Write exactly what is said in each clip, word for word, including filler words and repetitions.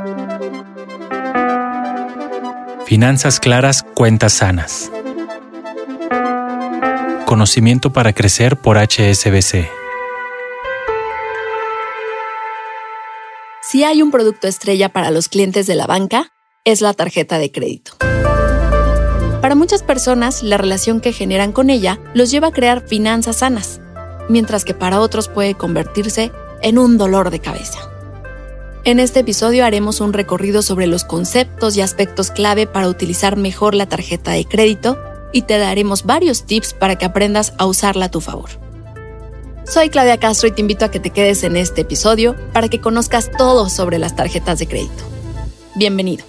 Finanzas claras, cuentas sanas. Conocimiento para crecer por H S B C. Si hay un producto estrella para los clientes de la banca, es la tarjeta de crédito. Para muchas personas, la relación que generan con ella los lleva a crear finanzas sanas, mientras que para otros puede convertirse en un dolor de cabeza. En este episodio haremos un recorrido sobre los conceptos y aspectos clave para utilizar mejor la tarjeta de crédito y te daremos varios tips para que aprendas a usarla a tu favor. Soy Claudia Castro y te invito a que te quedes en este episodio para que conozcas todo sobre las tarjetas de crédito. Bienvenido.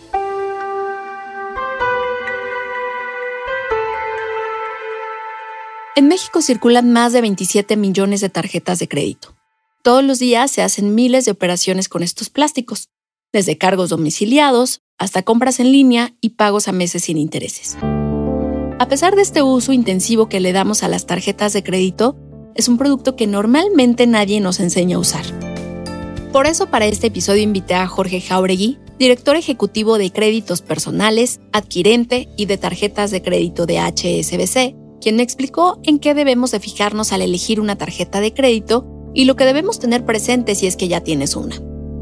En México circulan más de veintisiete millones de tarjetas de crédito. Todos los días se hacen miles de operaciones con estos plásticos, desde cargos domiciliados hasta compras en línea y pagos a meses sin intereses. A pesar de este uso intensivo que le damos a las tarjetas de crédito, es un producto que normalmente nadie nos enseña a usar. Por eso para este episodio invité a Jorge Jáuregui, director ejecutivo de créditos personales, adquirente y de tarjetas de crédito de H S B C, quien me explicó en qué debemos de fijarnos al elegir una tarjeta de crédito y lo que debemos tener presente si es que ya tienes una.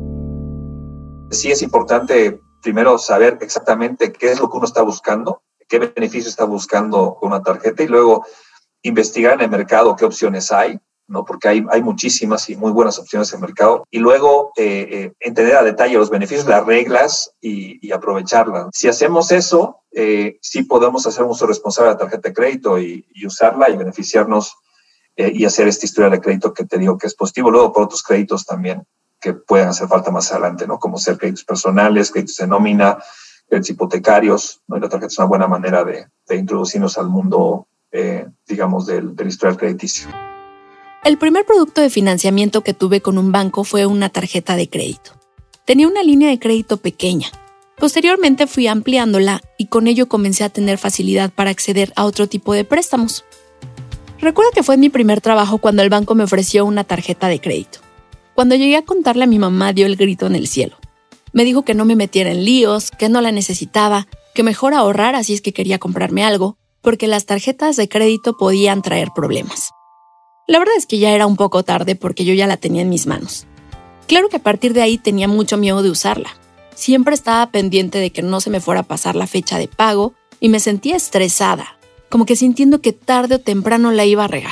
Sí es importante primero saber exactamente qué es lo que uno está buscando, qué beneficio está buscando con una tarjeta y luego investigar en el mercado qué opciones hay, ¿no? Porque hay, hay muchísimas y muy buenas opciones en el mercado. Y luego eh, eh, entender a detalle los beneficios, las reglas y, y aprovecharlas. Si hacemos eso, eh, sí podemos hacer un uso responsable de la tarjeta de crédito y, y usarla y beneficiarnos eh, y hacer esta historia de crédito que te digo que es positivo. Luego por otros créditos también que puedan hacer falta más adelante, ¿no? Como ser créditos personales, créditos de nómina, créditos hipotecarios, ¿no? Y la tarjeta es una buena manera de, de introducirnos al mundo, eh, digamos, del, del historial crediticio. El primer producto de financiamiento que tuve con un banco fue una tarjeta de crédito. Tenía una línea de crédito pequeña. Posteriormente fui ampliándola y con ello comencé a tener facilidad para acceder a otro tipo de préstamos. Recuerdo que fue mi primer trabajo cuando el banco me ofreció una tarjeta de crédito. Cuando llegué a contarle a mi mamá dio el grito en el cielo. Me dijo que no me metiera en líos, que no la necesitaba, que mejor ahorrara si es que quería comprarme algo, porque las tarjetas de crédito podían traer problemas. La verdad es que ya era un poco tarde porque yo ya la tenía en mis manos. Claro que a partir de ahí tenía mucho miedo de usarla. Siempre estaba pendiente de que no se me fuera a pasar la fecha de pago y me sentía estresada, como que sintiendo que tarde o temprano la iba a regar.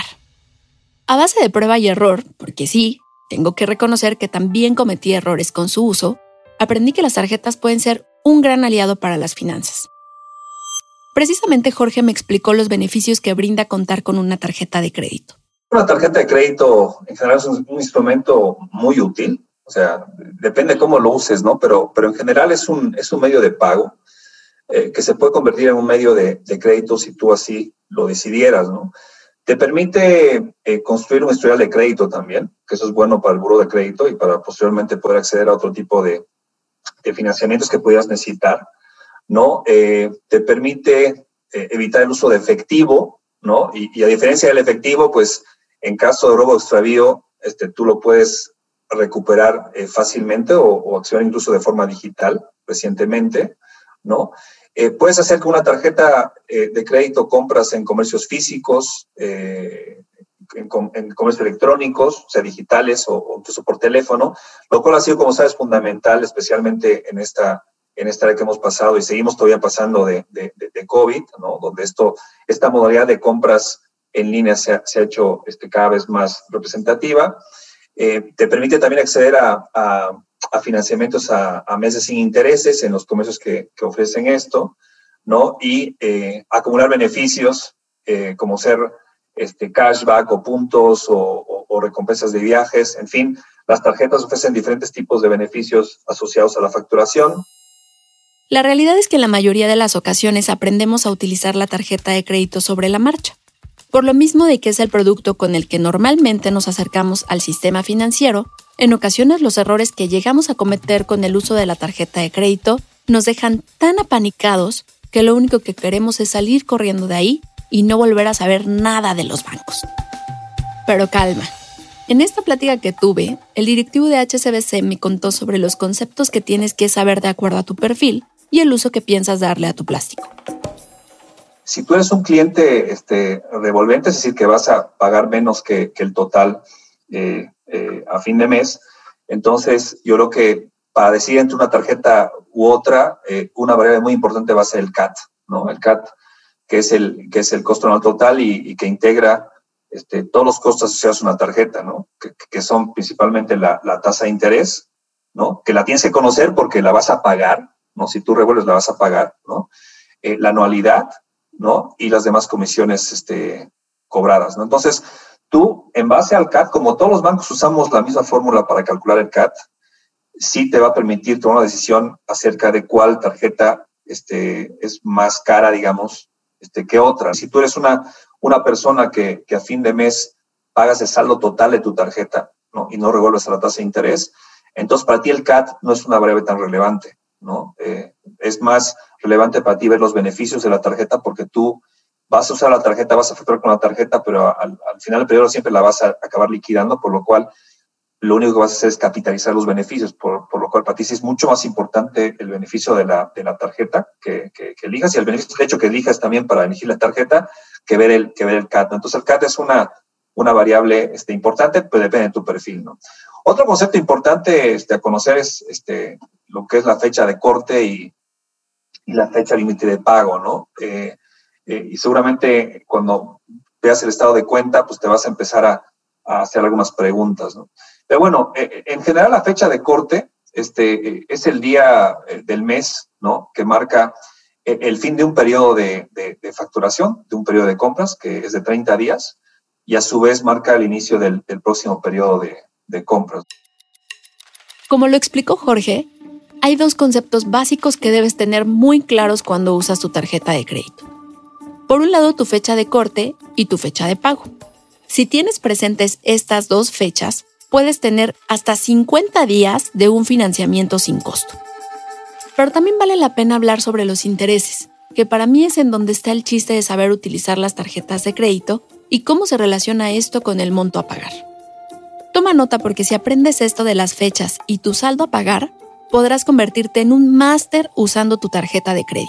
A base de prueba y error, porque sí, tengo que reconocer que también cometí errores con su uso, aprendí que las tarjetas pueden ser un gran aliado para las finanzas. Precisamente Jorge me explicó los beneficios que brinda contar con una tarjeta de crédito. Una tarjeta de crédito en general es un, un instrumento muy útil, o sea, depende cómo lo uses, ¿no? Pero, pero en general es un, es un medio de pago eh, que se puede convertir en un medio de, de crédito si tú así lo decidieras, ¿no? Te permite eh, construir un historial de crédito también, que eso es bueno para el buró de crédito y para posteriormente poder acceder a otro tipo de, de financiamientos que pudieras necesitar, ¿no? Eh, te permite eh, evitar el uso de efectivo, ¿no? Y, y a diferencia del efectivo, pues en caso de robo o extravío, este, tú lo puedes recuperar eh, fácilmente o, o accionar incluso de forma digital recientemente, ¿no? Eh, puedes hacer con una tarjeta eh, de crédito compras en comercios físicos, eh, en, en comercios electrónicos, o sea, digitales o, o incluso por teléfono, lo cual ha sido, como sabes, fundamental, especialmente en esta, en esta área que hemos pasado y seguimos todavía pasando de, de, de, de COVID, ¿no? Donde esto, esta modalidad de compras en línea se ha, se ha hecho este, cada vez más representativa. Eh, te permite también acceder a, a, a financiamientos a, a meses sin intereses en los comercios que, que ofrecen esto, ¿no? Y eh, acumular beneficios eh, como ser este, cashback o puntos o, o, o recompensas de viajes. En fin, las tarjetas ofrecen diferentes tipos de beneficios asociados a la facturación. La realidad es que en la mayoría de las ocasiones aprendemos a utilizar la tarjeta de crédito sobre la marcha. Por lo mismo de que es el producto con el que normalmente nos acercamos al sistema financiero, en ocasiones los errores que llegamos a cometer con el uso de la tarjeta de crédito nos dejan tan apanicados que lo único que queremos es salir corriendo de ahí y no volver a saber nada de los bancos. Pero calma, En esta plática que tuve, el directivo de H S B C me contó sobre los conceptos que tienes que saber de acuerdo a tu perfil y el uso que piensas darle a tu plástico. Si tú eres un cliente este, revolvente, es decir, que vas a pagar menos que, que el total eh, eh, a fin de mes, entonces yo creo que para decidir entre una tarjeta u otra, eh, una variable muy importante va a ser el C A T, ¿no? El C A T, que es el, que es el costo anual total y, y que integra este, todos los costos asociados a una tarjeta, ¿no? Que, que son principalmente la, la tasa de interés, ¿no? Que la tienes que conocer porque la vas a pagar, ¿no? Si tú revuelves, la vas a pagar, ¿no? Eh, la anualidad, ¿no? Y las demás comisiones este, cobradas, ¿no? Entonces, tú, en base al C A T, como todos los bancos usamos la misma fórmula para calcular el C A T, sí te va a permitir tomar una decisión acerca de cuál tarjeta este, es más cara, digamos, este, que otra. Si tú eres una, una persona que, que a fin de mes pagas el saldo total de tu tarjeta, ¿no? Y no revuelves a la tasa de interés, entonces para ti el C A T no es una variable tan relevante, ¿no? Eh, es más relevante para ti ver los beneficios de la tarjeta porque tú vas a usar la tarjeta, vas a facturar con la tarjeta, pero al, al final del periodo siempre la vas a acabar liquidando, por lo cual lo único que vas a hacer es capitalizar los beneficios, por, por lo cual para ti sí es mucho más importante el beneficio de la, de la tarjeta que, que, que elijas y el beneficio del hecho que elijas también para elegir la tarjeta que ver el, que ver el C A T, ¿no? Entonces el C A T es una, una variable este, importante, pero depende de tu perfil, ¿no? Otro concepto importante este, a conocer es este, lo que es la fecha de corte y, y la fecha límite de pago, ¿no? Eh, eh, y seguramente cuando veas el estado de cuenta, pues te vas a empezar a, a hacer algunas preguntas, ¿no? Pero bueno, eh, en general la fecha de corte este, eh, es el día eh, del mes, ¿no? Que marca eh, el fin de un periodo de, de, de facturación, de un periodo de compras, que es de treinta días, y a su vez marca el inicio del, del próximo periodo de, de compras. Como lo explicó Jorge, hay dos conceptos básicos que debes tener muy claros cuando usas tu tarjeta de crédito. Por un lado, tu fecha de corte y tu fecha de pago. Si tienes presentes estas dos fechas, puedes tener hasta cincuenta días de un financiamiento sin costo. Pero también vale la pena hablar sobre los intereses, que para mí es en donde está el chiste de saber utilizar las tarjetas de crédito y cómo se relaciona esto con el monto a pagar. Toma nota porque si aprendes esto de las fechas y tu saldo a pagar, podrás convertirte en un máster usando tu tarjeta de crédito.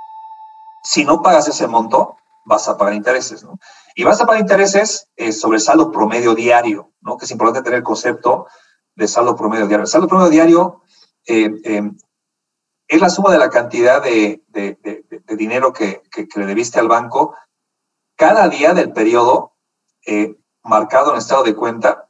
Si no pagas ese monto, vas a pagar intereses, ¿no? Y vas a pagar intereses eh, sobre el saldo promedio diario, ¿no? Que es importante tener el concepto de saldo promedio diario. El saldo promedio diario eh, eh, es la suma de la cantidad de, de, de, de dinero que, que, que le debiste al banco cada día del periodo eh, marcado en el estado de cuenta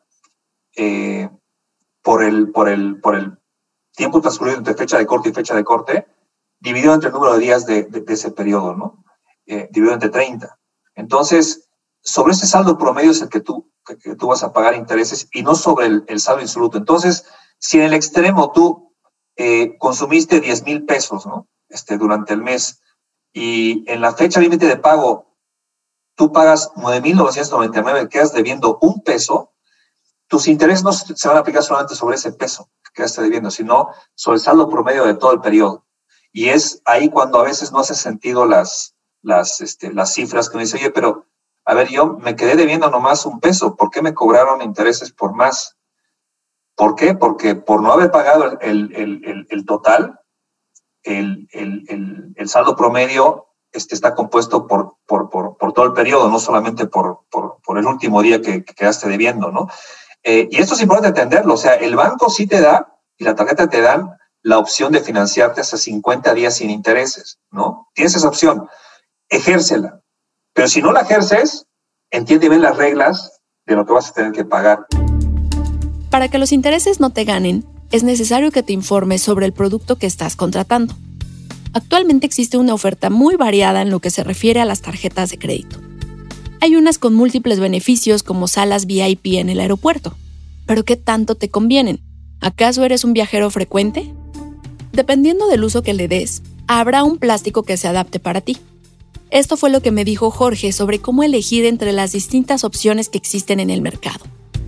eh, por, el, por, el, por el tiempo transcurrido entre fecha de corte y fecha de corte, dividido entre el número de días de, de, de ese periodo, ¿no? Eh, dividido entre treinta. Entonces, sobre ese saldo promedio es el que tú, que, que tú vas a pagar intereses y no sobre el, el saldo insoluto. Entonces, si en el extremo tú eh, consumiste diez mil pesos, ¿no? Este, durante el mes y en la fecha límite de pago tú pagas nueve mil novecientos noventa y nueve, quedas debiendo un peso, tus intereses no se van a aplicar solamente sobre ese peso que quedaste debiendo, sino sobre el saldo promedio de todo el periodo. Y es ahí cuando a veces no hace sentido las, las, este, las cifras que uno dice, oye, pero a ver, yo me quedé debiendo nomás un peso, ¿por qué me cobraron intereses por más? ¿Por qué? Porque por no haber pagado el, el, el, el total, el, el, el, el saldo promedio este, está compuesto por, por, por, por todo el periodo, no solamente por, por, por el último día que, que quedaste debiendo, ¿no? Eh, y esto es importante entenderlo, o sea, el banco sí te da, y la tarjeta te dan la opción de financiarte hasta cincuenta días sin intereses, ¿no? Tienes esa opción, ejércela. Pero si no la ejerces, entiende bien las reglas de lo que vas a tener que pagar. Para que los intereses no te ganen, es necesario que te informes sobre el producto que estás contratando. Actualmente existe una oferta muy variada en lo que se refiere a las tarjetas de crédito. Hay unas con múltiples beneficios como salas V I P en el aeropuerto. ¿Pero qué tanto te convienen? ¿Acaso eres un viajero frecuente? Dependiendo del uso que le des, habrá un plástico que se adapte para ti. Esto fue lo que me dijo Jorge sobre cómo elegir entre las distintas opciones que existen en el mercado.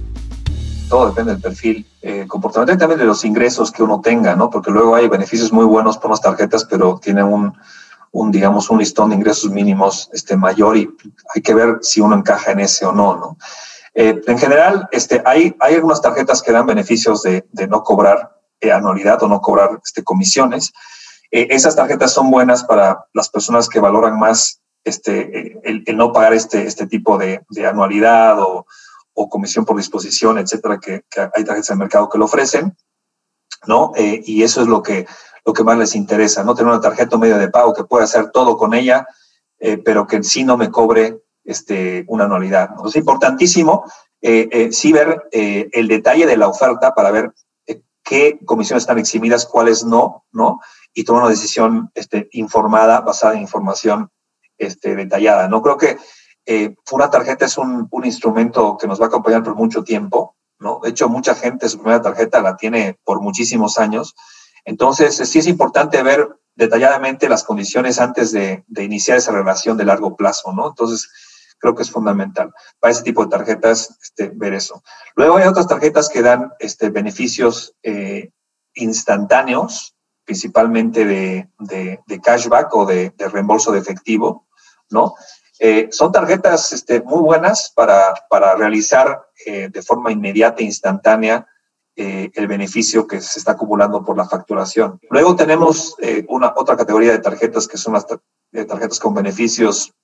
Todo depende del perfil eh, comportamental y también de los ingresos que uno tenga, ¿no? Porque luego hay beneficios muy buenos por unas tarjetas, pero tienen un, un, digamos, un listón de ingresos mínimos este, mayor y hay que ver si uno encaja en ese o no, ¿no? Eh, en general, este, hay, hay algunas tarjetas que dan beneficios de, de no cobrar eh, anualidad o no cobrar este, comisiones. Eh, esas tarjetas son buenas para las personas que valoran más este, el, el no pagar este, este tipo de, de anualidad o, o comisión por disposición, etcétera, que, que hay tarjetas en el mercado que lo ofrecen, ¿no? Eh, y eso es lo que, lo que más les interesa, ¿no? Tener una tarjeta o medio de pago que pueda hacer todo con ella, eh, pero que en sí no me cobre este, una anualidad, ¿no? Es importantísimo eh, eh, sí ver eh, el detalle de la oferta para ver eh, qué comisiones están eximidas, cuáles no, ¿no? Y tomar una decisión este, informada, basada en información este, detallada, ¿no? Creo que eh, una tarjeta es un, un instrumento que nos va a acompañar por mucho tiempo, ¿no? De hecho, mucha gente su primera tarjeta la tiene por muchísimos años. Entonces, sí es importante ver detalladamente las condiciones antes de, de iniciar esa relación de largo plazo, ¿no? Entonces, creo que es fundamental para ese tipo de tarjetas este, ver eso. Luego hay otras tarjetas que dan este, beneficios eh, instantáneos, principalmente de, de, de cashback o de, de reembolso de efectivo, ¿no? Eh, son tarjetas este, muy buenas para, para realizar eh, de forma inmediata e instantánea eh, el beneficio que se está acumulando por la facturación. Luego tenemos eh, una otra categoría de tarjetas que son las tar- tarjetas con beneficios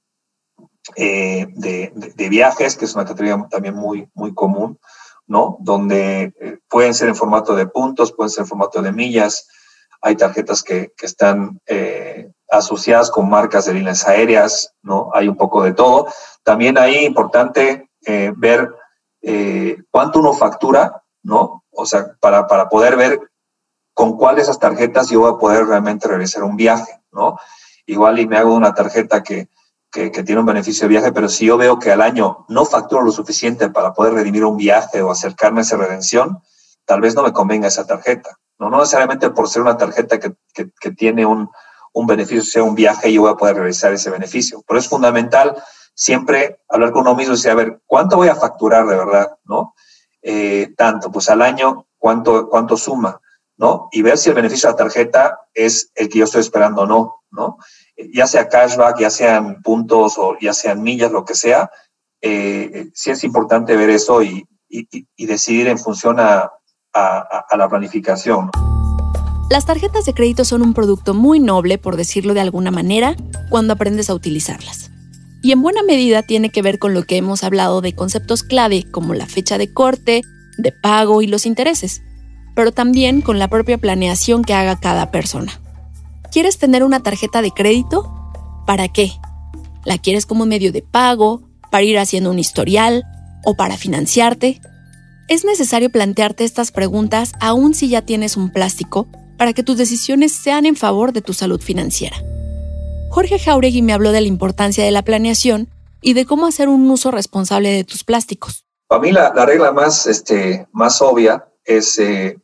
eh, de, de, de viajes, que es una categoría también muy, muy común, ¿no? Donde eh, pueden ser en formato de puntos, pueden ser en formato de millas. Hay tarjetas que, que están eh, asociadas con marcas de líneas aéreas, ¿no? Hay un poco de todo. También ahí es importante eh, ver eh, cuánto uno factura, ¿no? O sea, para, para poder ver con cuál de esas tarjetas yo voy a poder realmente realizar un viaje, ¿no? Igual y me hago una tarjeta que, que, que tiene un beneficio de viaje, pero si yo veo que al año no facturo lo suficiente para poder redimir un viaje o acercarme a esa redención, tal vez no me convenga esa tarjeta. No, no necesariamente por ser una tarjeta que, que, que tiene un, un beneficio, sea un viaje, yo voy a poder realizar ese beneficio. Pero es fundamental siempre hablar con uno mismo y decir, a ver, ¿cuánto voy a facturar de verdad? ¿No? Eh, tanto, pues al año, ¿cuánto, cuánto suma? ¿No? Y ver si el beneficio de la tarjeta es el que yo estoy esperando o no, ¿no? Ya sea cashback, ya sean puntos o ya sean millas, lo que sea, eh, sí es importante ver eso y, y, y decidir en función a A, a la planificación. Las tarjetas de crédito son un producto muy noble, por decirlo de alguna manera, cuando aprendes a utilizarlas. Y en buena medida tiene que ver con lo que hemos hablado de conceptos clave como la fecha de corte, de pago y los intereses, pero también con la propia planeación que haga cada persona. ¿Quieres tener una tarjeta de crédito? ¿Para qué? ¿La quieres como medio de pago, para ir haciendo un historial o para financiarte? Es necesario plantearte estas preguntas aun si ya tienes un plástico para que tus decisiones sean en favor de tu salud financiera. Jorge Jauregui me habló de la importancia de la planeación y de cómo hacer un uso responsable de tus plásticos. Para mí la, la regla más, este, más obvia es eh,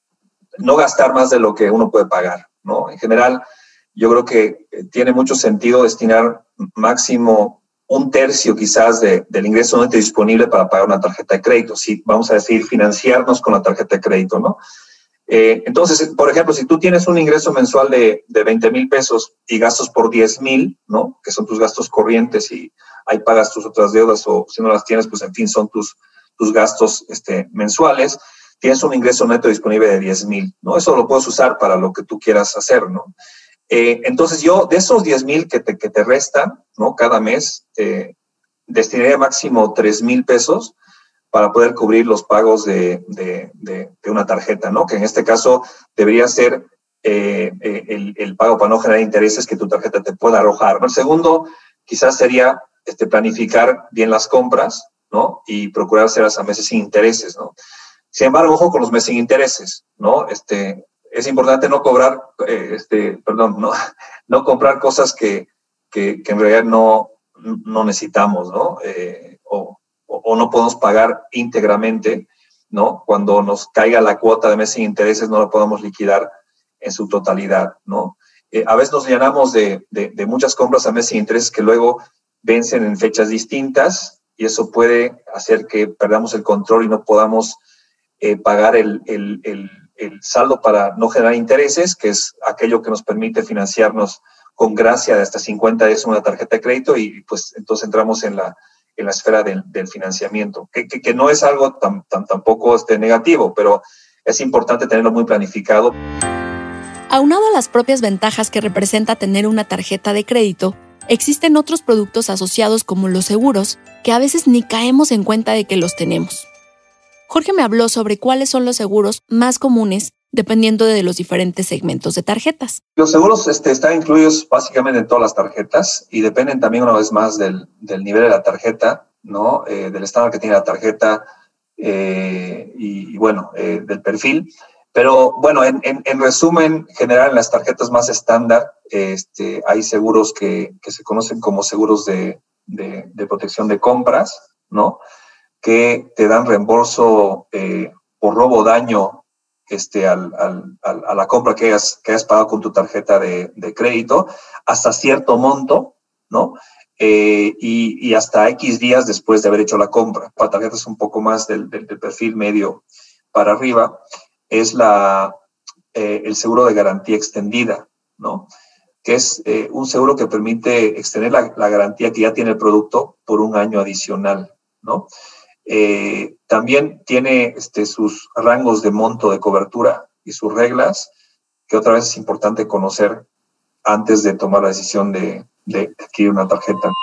no gastar más de lo que uno puede pagar, ¿no? En general, yo creo que tiene mucho sentido destinar máximo un tercio quizás de, del ingreso neto disponible para pagar una tarjeta de crédito. Si vamos a decir, financiarnos con la tarjeta de crédito, ¿no? Eh, entonces, por ejemplo, si tú tienes un ingreso mensual de, de veinte mil pesos y gastos por diez mil, ¿no? Que son tus gastos corrientes y ahí pagas tus otras deudas o si no las tienes, pues en fin, son tus, tus gastos este, mensuales, tienes un ingreso neto disponible de diez mil, ¿no? Eso lo puedes usar para lo que tú quieras hacer, ¿no? Eh, entonces yo, de esos diez mil que te, que te restan, ¿no? Cada mes, eh, destinaría máximo tres mil pesos para poder cubrir los pagos de, de, de, de una tarjeta, ¿no? Que en este caso debería ser eh, eh, el, el pago para no generar intereses que tu tarjeta te pueda arrojar, ¿no? El segundo quizás sería este, planificar bien las compras, ¿no? Y procurar hacerlas a meses sin intereses, ¿no? Sin embargo, ojo con los meses sin intereses, ¿no? Este... Es importante no cobrar, eh, este, perdón, no, no comprar cosas que, que, que en realidad no, no necesitamos, ¿no? Eh, o, o no podemos pagar íntegramente, ¿no? Cuando nos caiga la cuota de mes sin intereses, no la podemos liquidar en su totalidad, ¿no? Eh, a veces nos llenamos de, de, de muchas compras a mes sin intereses que luego vencen en fechas distintas y eso puede hacer que perdamos el control y no podamos eh, pagar el, el, el el saldo para no generar intereses, que es aquello que nos permite financiarnos con gracia de hasta cincuenta es una tarjeta de crédito y pues entonces entramos en la, en la esfera del, del financiamiento, que, que, que no es algo tan, tan, tampoco este, negativo, pero es importante tenerlo muy planificado. Aunado a las propias ventajas que representa tener una tarjeta de crédito, existen otros productos asociados como los seguros, que a veces ni caemos en cuenta de que los tenemos. Jorge me habló sobre cuáles son los seguros más comunes dependiendo de los diferentes segmentos de tarjetas. Los seguros este, están incluidos básicamente en todas las tarjetas y dependen también una vez más del, del nivel de la tarjeta, ¿no? Eh, del estándar que tiene la tarjeta eh, y, y bueno, eh, del perfil. Pero bueno, en, en, en resumen general, en las tarjetas más estándar este, hay seguros que, que se conocen como seguros de, de, de protección de compras, ¿no? Que te dan reembolso eh, por robo o daño este, al, al, al, a la compra que hayas, que hayas pagado con tu tarjeta de, de crédito hasta cierto monto, ¿no? Eh, y, y hasta X días después de haber hecho la compra. Para tarjetas un poco más del, del, del perfil medio para arriba, es la, eh, el seguro de garantía extendida, ¿no? Que es eh, un seguro que permite extender la, la garantía que ya tiene el producto por un año adicional, ¿no? Eh, también tiene este, sus rangos de monto de cobertura y sus reglas, que otra vez es importante conocer antes de tomar la decisión de, de adquirir una tarjeta.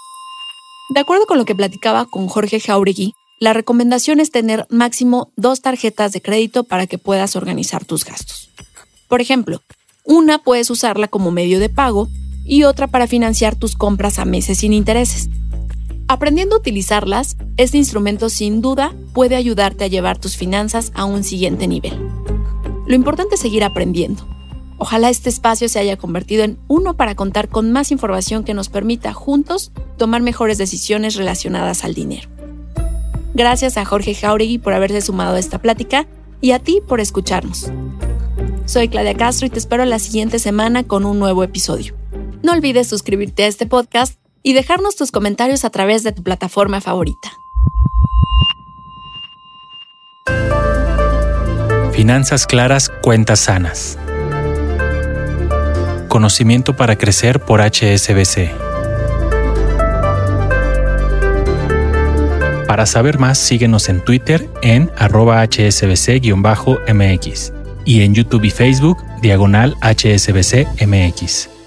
De acuerdo con lo que platicaba con Jorge Jáuregui, la recomendación es tener máximo dos tarjetas de crédito para que puedas organizar tus gastos. Por ejemplo, una puedes usarla como medio de pago y otra para financiar tus compras a meses sin intereses. Aprendiendo a utilizarlas, este instrumento sin duda puede ayudarte a llevar tus finanzas a un siguiente nivel. Lo importante es seguir aprendiendo. Ojalá este espacio se haya convertido en uno para contar con más información que nos permita juntos tomar mejores decisiones relacionadas al dinero. Gracias a Jorge Jáuregui por haberse sumado a esta plática y a ti por escucharnos. Soy Claudia Castro y te espero la siguiente semana con un nuevo episodio. No olvides suscribirte a este podcast y dejarnos tus comentarios a través de tu plataforma favorita. Finanzas claras, cuentas sanas. Conocimiento para crecer por H S B C. Para saber más, síguenos en Twitter en arroba H S B C M X y en YouTube y Facebook, diagonal H S B C M X.